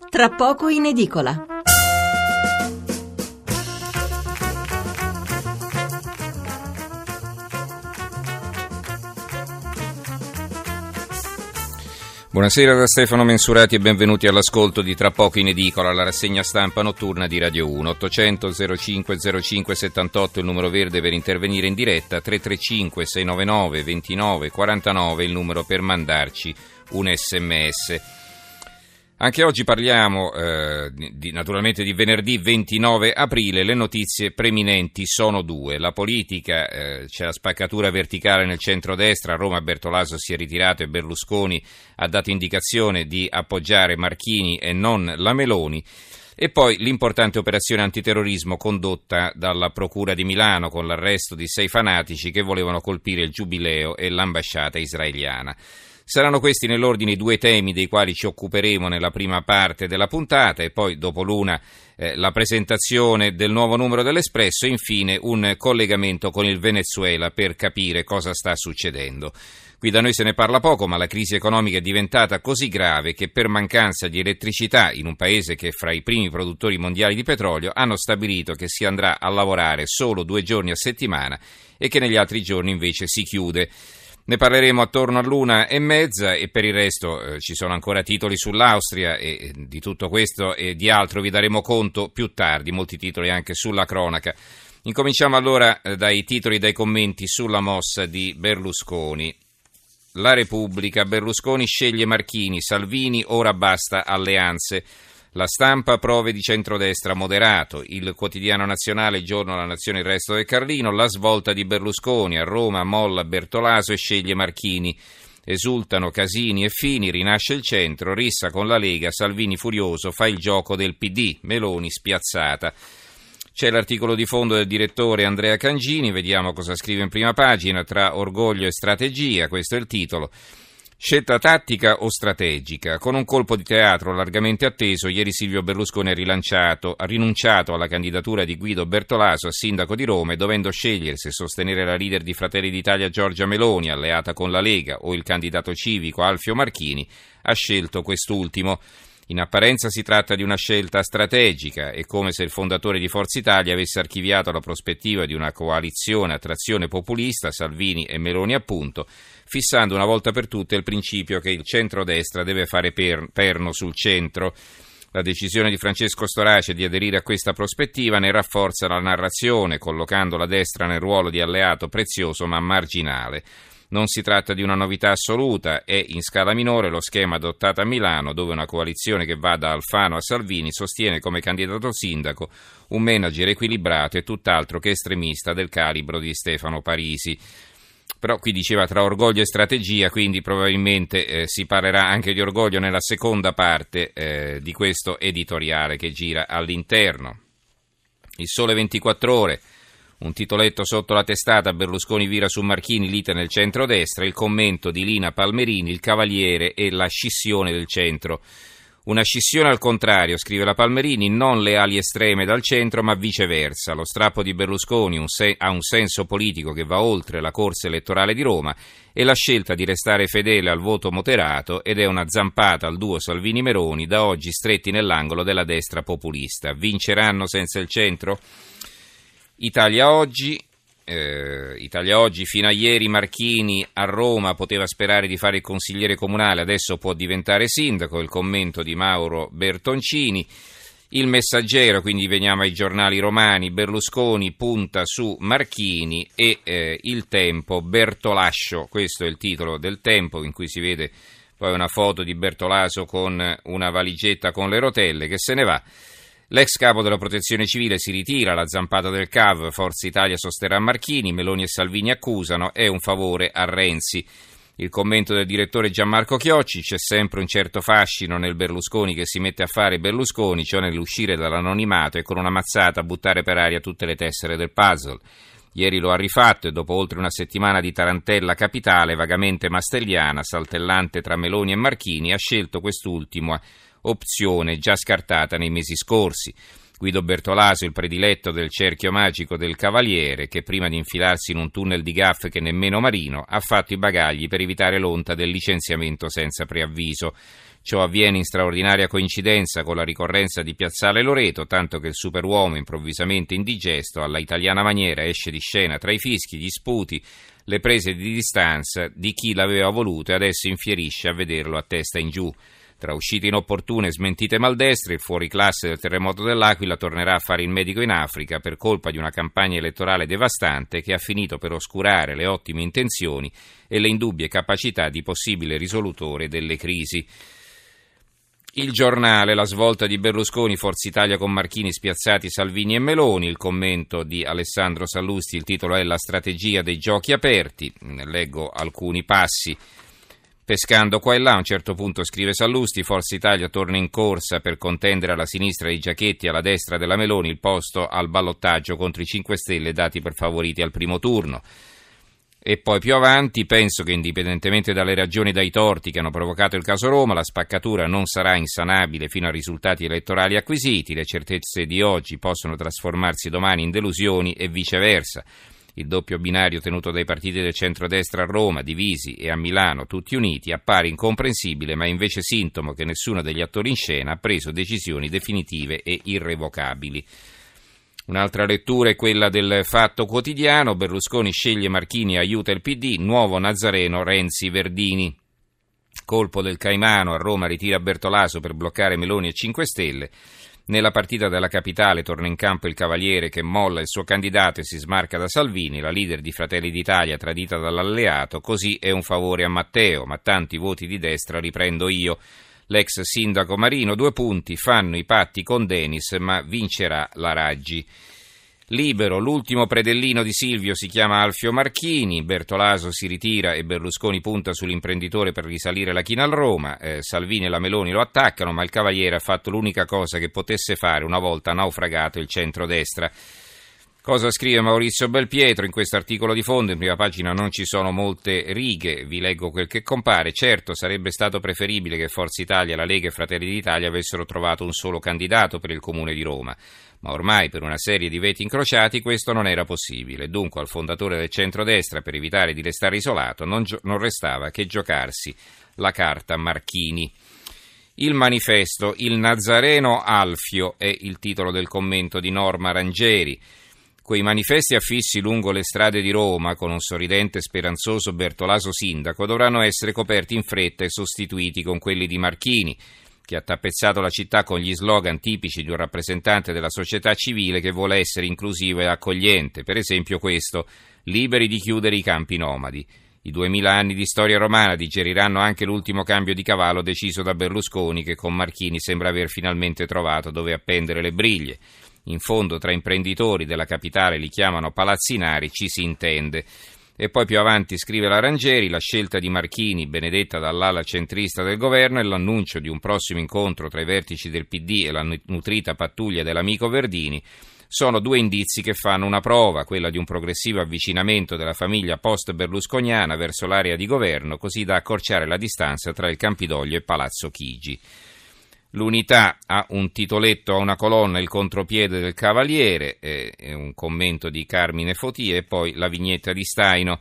Tra poco in edicola. Buonasera da Stefano Mensurati e benvenuti all'ascolto di Tra poco in edicola, la rassegna stampa notturna di Radio 1. 800 05 05 78 il numero verde per intervenire in diretta, 335 699 29 49 il numero per mandarci un sms. Anche oggi parliamo naturalmente di venerdì 29 aprile, le notizie preminenti sono due. La politica, c'è la spaccatura verticale nel centrodestra, a Roma Bertolaso si è ritirato e Berlusconi ha dato indicazione di appoggiare Marchini e non la Meloni. E poi l'importante operazione antiterrorismo condotta dalla Procura di Milano con l'arresto di 6 fanatici che volevano colpire il Giubileo e l'ambasciata israeliana. Saranno questi nell'ordine i due temi dei quali ci occuperemo nella prima parte della puntata e poi dopo l'una la presentazione del nuovo numero dell'Espresso e infine un collegamento con il Venezuela per capire cosa sta succedendo. Qui da noi se ne parla poco, ma la crisi economica è diventata così grave che per mancanza di elettricità in un paese che è fra i primi produttori mondiali di petrolio hanno stabilito che si andrà a lavorare solo 2 giorni a settimana e che negli altri giorni invece si chiude. Ne parleremo attorno all'1:30 e per il resto ci sono ancora titoli sull'Austria e di tutto questo e di altro vi daremo conto più tardi, molti titoli anche sulla cronaca. Incominciamo allora dai titoli e dai commenti sulla mossa di Berlusconi. La Repubblica, Berlusconi sceglie Marchini, Salvini, ora basta alleanze. La Stampa, prove di centrodestra moderato. Il Quotidiano Nazionale, Il Giorno, La Nazione, Il Resto del Carlino. La svolta di Berlusconi, a Roma molla Bertolaso e sceglie Marchini. Esultano Casini e Fini, rinasce il centro, rissa con la Lega, Salvini furioso, fa il gioco del PD, Meloni spiazzata. C'è l'articolo di fondo del direttore Andrea Cangini, vediamo cosa scrive in prima pagina, tra orgoglio e strategia, questo è il titolo. Scelta tattica o strategica? Con un colpo di teatro largamente atteso, ieri Silvio Berlusconi ha rinunciato alla candidatura di Guido Bertolaso a sindaco di Roma e dovendo scegliere se sostenere la leader di Fratelli d'Italia Giorgia Meloni, alleata con la Lega, o il candidato civico Alfio Marchini, ha scelto quest'ultimo. In apparenza si tratta di una scelta strategica, è come se il fondatore di Forza Italia avesse archiviato la prospettiva di una coalizione a trazione populista, Salvini e Meloni appunto, fissando una volta per tutte il principio che il centrodestra deve fare perno sul centro. La decisione di Francesco Storace di aderire a questa prospettiva ne rafforza la narrazione, collocando la destra nel ruolo di alleato prezioso ma marginale. Non si tratta di una novità assoluta, è in scala minore lo schema adottato a Milano, dove una coalizione che va da Alfano a Salvini sostiene come candidato sindaco un manager equilibrato e tutt'altro che estremista del calibro di Stefano Parisi. Però qui diceva tra orgoglio e strategia, quindi probabilmente si parlerà anche di orgoglio nella seconda parte di questo editoriale che gira all'interno. Il Sole 24 Ore. Un titoletto sotto la testata, Berlusconi vira su Marchini, lite nel centrodestra, il commento di Lina Palmerini, il Cavaliere e la scissione del centro. Una scissione al contrario, scrive la Palmerini, non le ali estreme dal centro ma viceversa. Lo strappo di Berlusconi ha un senso politico che va oltre la corsa elettorale di Roma e la scelta di restare fedele al voto moderato ed è una zampata al duo Salvini-Meloni, da oggi stretti nell'angolo della destra populista. Vinceranno senza il centro? Italia Oggi, fino a ieri Marchini a Roma poteva sperare di fare il consigliere comunale, adesso può diventare sindaco, il commento di Mauro Bertoncini. Il Messaggero, quindi veniamo ai giornali romani, Berlusconi punta su Marchini e Il Tempo, Bertolascio, questo è il titolo del Tempo in cui si vede poi una foto di Bertolaso con una valigetta con le rotelle che se ne va. L'ex capo della protezione civile si ritira, la zampata del CAV, Forza Italia sosterrà Marchini, Meloni e Salvini accusano, è un favore a Renzi. Il commento del direttore Gianmarco Chiocci, c'è sempre un certo fascino nel Berlusconi che si mette a fare Berlusconi, cioè nell'uscire dall'anonimato e con una mazzata buttare per aria tutte le tessere del puzzle. Ieri lo ha rifatto e dopo oltre una settimana di tarantella capitale, vagamente mastelliana, saltellante tra Meloni e Marchini, ha scelto quest'ultima opzione già scartata nei mesi scorsi. Guido Bertolaso, il prediletto del cerchio magico del Cavaliere, che prima di infilarsi in un tunnel di gaffe che nemmeno Marino, ha fatto i bagagli per evitare l'onta del licenziamento senza preavviso. Ciò avviene in straordinaria coincidenza con la ricorrenza di Piazzale Loreto, tanto che il superuomo improvvisamente indigesto alla italiana maniera esce di scena tra i fischi, gli sputi, le prese di distanza di chi l'aveva voluto e adesso infierisce a vederlo a testa in giù. Tra uscite inopportune e smentite maldestre, il fuoriclasse del terremoto dell'Aquila tornerà a fare il medico in Africa per colpa di una campagna elettorale devastante che ha finito per oscurare le ottime intenzioni e le indubbie capacità di possibile risolutore delle crisi. Il Giornale, la svolta di Berlusconi, Forza Italia con Marchini spiazzati Salvini e Meloni, il commento di Alessandro Sallusti, il titolo è La strategia dei giochi aperti, leggo alcuni passi. Pescando qua e là, a un certo punto scrive Sallusti, Forza Italia torna in corsa per contendere alla sinistra di Giachetti e alla destra della Meloni il posto al ballottaggio contro i 5 Stelle dati per favoriti al primo turno. E poi più avanti, penso che indipendentemente dalle ragioni e dai torti che hanno provocato il caso Roma, la spaccatura non sarà insanabile fino a risultati elettorali acquisiti, le certezze di oggi possono trasformarsi domani in delusioni e viceversa. Il doppio binario tenuto dai partiti del centrodestra a Roma, divisi, e a Milano, tutti uniti, appare incomprensibile, ma è invece sintomo che nessuno degli attori in scena ha preso decisioni definitive e irrevocabili. Un'altra lettura è quella del Fatto Quotidiano. Berlusconi sceglie Marchini e aiuta il PD, nuovo Nazareno Renzi-Verdini. Colpo del Caimano, a Roma ritira Bertolaso per bloccare Meloni e 5 Stelle. Nella partita della capitale torna in campo il Cavaliere che molla il suo candidato e si smarca da Salvini, la leader di Fratelli d'Italia tradita dall'alleato, così è un favore a Matteo, ma tanti voti di destra riprendo io. L'ex sindaco Marino, 2 punti, fanno i patti con Denis, ma vincerà la Raggi. Libero, l'ultimo predellino di Silvio si chiama Alfio Marchini, Bertolaso si ritira e Berlusconi punta sull'imprenditore per risalire la china al Roma, Salvini e la Meloni lo attaccano, ma il Cavaliere ha fatto l'unica cosa che potesse fare una volta naufragato il centrodestra. Cosa scrive Maurizio Belpietro in questo articolo di fondo? In prima pagina non ci sono molte righe, vi leggo quel che compare. Certo, sarebbe stato preferibile che Forza Italia, la Lega e Fratelli d'Italia avessero trovato un solo candidato per il Comune di Roma, ma ormai per una serie di veti incrociati questo non era possibile. Dunque al fondatore del centrodestra, per evitare di restare isolato, non restava che giocarsi la carta Marchini. Il manifesto, il Nazareno Alfio è il titolo del commento di Norma Rangeri. Quei manifesti affissi lungo le strade di Roma, con un sorridente e speranzoso Bertolaso sindaco, dovranno essere coperti in fretta e sostituiti con quelli di Marchini, che ha tappezzato la città con gli slogan tipici di un rappresentante della società civile che vuole essere inclusivo e accogliente. Per esempio questo, liberi di chiudere i campi nomadi. I 2000 anni di storia romana digeriranno anche l'ultimo cambio di cavallo deciso da Berlusconi, che con Marchini sembra aver finalmente trovato dove appendere le briglie. In fondo tra imprenditori della capitale li chiamano palazzinari, ci si intende. E poi più avanti scrive la Rangeri, la scelta di Marchini, benedetta dall'ala centrista del governo, e l'annuncio di un prossimo incontro tra i vertici del PD e la nutrita pattuglia dell'amico Verdini sono 2 indizi che fanno una prova, quella di un progressivo avvicinamento della famiglia post-berlusconiana verso l'area di governo, così da accorciare la distanza tra il Campidoglio e Palazzo Chigi. L'Unità ha un titoletto, a una colonna, il contropiede del Cavaliere, un commento di Carmine Fotie, e poi la vignetta di Staino.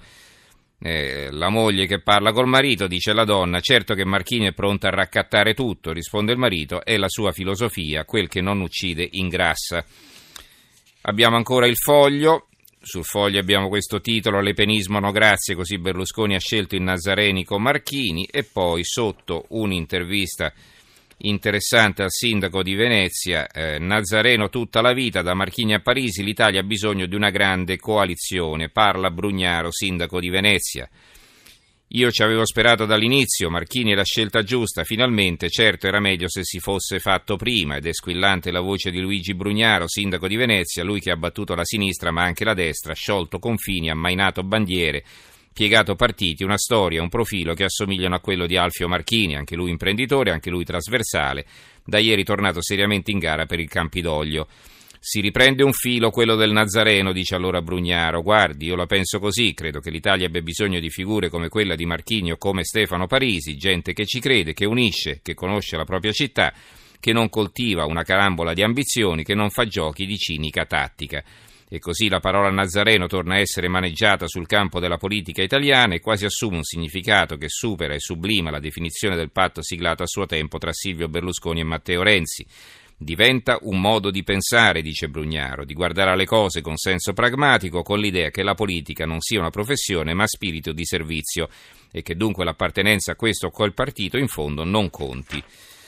La moglie che parla col marito, dice la donna, certo che Marchini è pronta a raccattare tutto, risponde il marito, è la sua filosofia, quel che non uccide ingrassa. Abbiamo ancora il Foglio. Sul Foglio abbiamo questo titolo, Lepenismo no grazie, così Berlusconi ha scelto il Nazarenico Marchini, e poi sotto un'intervista interessante al sindaco di Venezia, Nazareno tutta la vita, da Marchini a Parisi, l'Italia ha bisogno di una grande coalizione, parla Brugnaro, sindaco di Venezia. Io ci avevo sperato dall'inizio, Marchini è la scelta giusta, finalmente, certo era meglio se si fosse fatto prima, ed è squillante la voce di Luigi Brugnaro, sindaco di Venezia, lui che ha battuto la sinistra ma anche la destra, sciolto confini, ammainato bandiere, piegato partiti, una storia, un profilo che assomigliano a quello di Alfio Marchini, anche lui imprenditore, anche lui trasversale, da ieri tornato seriamente in gara per il Campidoglio. Si riprende un filo, quello del Nazareno, dice allora Brugnaro. Guardi, io la penso così, credo che l'Italia abbia bisogno di figure come quella di Marchini o come Stefano Parisi, gente che ci crede, che unisce, che conosce la propria città, che non coltiva una carambola di ambizioni, che non fa giochi di cinica tattica. E così la parola Nazareno torna a essere maneggiata sul campo della politica italiana e quasi assume un significato che supera e sublima la definizione del patto siglato a suo tempo tra Silvio Berlusconi e Matteo Renzi. Diventa un modo di pensare, dice Brugnaro, di guardare alle cose con senso pragmatico, con l'idea che la politica non sia una professione ma spirito di servizio e che dunque l'appartenenza a questo o quel partito in fondo non conti.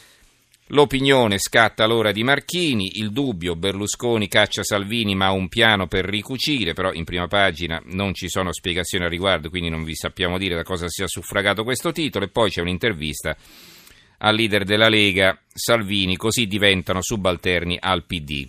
L'opinione scatta allora di Marchini, il dubbio Berlusconi caccia Salvini ma ha un piano per ricucire, però in prima pagina non ci sono spiegazioni al riguardo, quindi non vi sappiamo dire da cosa sia suffragato questo titolo, e poi c'è un'intervista al leader della Lega, Salvini, così diventano subalterni al PD.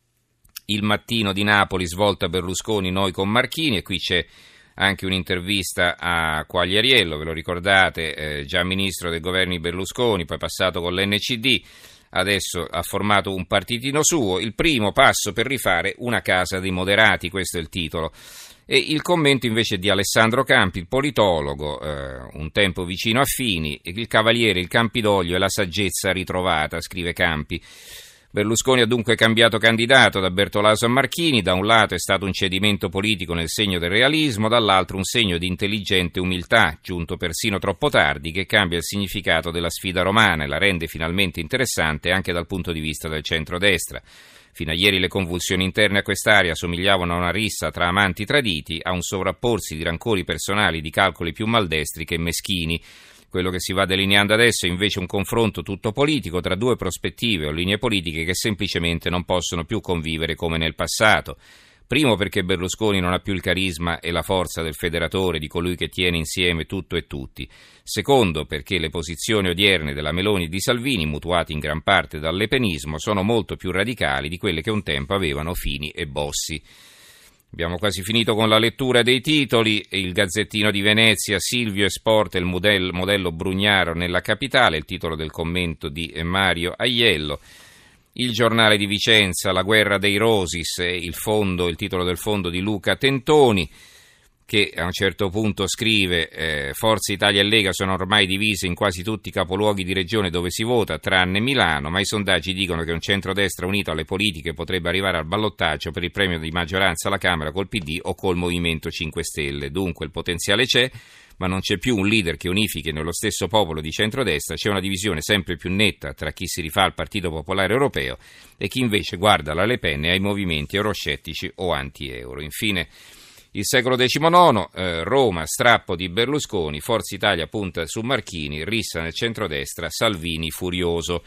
Il Mattino di Napoli, svolta Berlusconi, noi con Marchini, e qui c'è anche un'intervista a Quagliariello, ve lo ricordate, già ministro del governo Berlusconi, poi passato con l'NCD, adesso ha formato un partitino suo, il primo passo per rifare una casa dei moderati, questo è il titolo. E il commento invece di Alessandro Campi, il politologo, un tempo vicino a Fini, il Cavaliere, il Campidoglio e la saggezza ritrovata, scrive Campi. Berlusconi ha dunque cambiato candidato da Bertolaso a Marchini, da un lato è stato un cedimento politico nel segno del realismo, dall'altro un segno di intelligente umiltà, giunto persino troppo tardi, che cambia il significato della sfida romana e la rende finalmente interessante anche dal punto di vista del centrodestra. Fino a ieri le convulsioni interne a quest'area somigliavano a una rissa tra amanti traditi, a un sovrapporsi di rancori personali, di calcoli più maldestri che meschini. Quello che si va delineando adesso è invece un confronto tutto politico tra due prospettive o linee politiche che semplicemente non possono più convivere come nel passato. Primo perché Berlusconi non ha più il carisma e la forza del federatore, di colui che tiene insieme tutto e tutti. Secondo perché le posizioni odierne della Meloni e di Salvini, mutuate in gran parte dal lepenismo, sono molto più radicali di quelle che un tempo avevano Fini e Bossi. Abbiamo quasi finito con la lettura dei titoli. Il Gazzettino di Venezia, Silvio e Sport, il modello Brugnaro nella capitale, il titolo del commento di Mario Aiello. Il Giornale di Vicenza, la guerra dei Rosis, il titolo del fondo di Luca Tentoni, che a un certo punto scrive Forza Italia e Lega sono ormai divise in quasi tutti i capoluoghi di regione dove si vota, tranne Milano, ma i sondaggi dicono che un centrodestra unito alle politiche potrebbe arrivare al ballottaggio per il premio di maggioranza alla Camera col PD o col Movimento 5 Stelle. Dunque il potenziale c'è, ma non c'è più un leader che unifichi nello stesso popolo di centrodestra, c'è una divisione sempre più netta tra chi si rifà al Partito Popolare Europeo e chi invece guarda alla Le Pen e ai movimenti euroscettici o anti-euro. Infine, il Secolo XIX, Roma, strappo di Berlusconi, Forza Italia punta su Marchini, rissa nel centrodestra, Salvini furioso.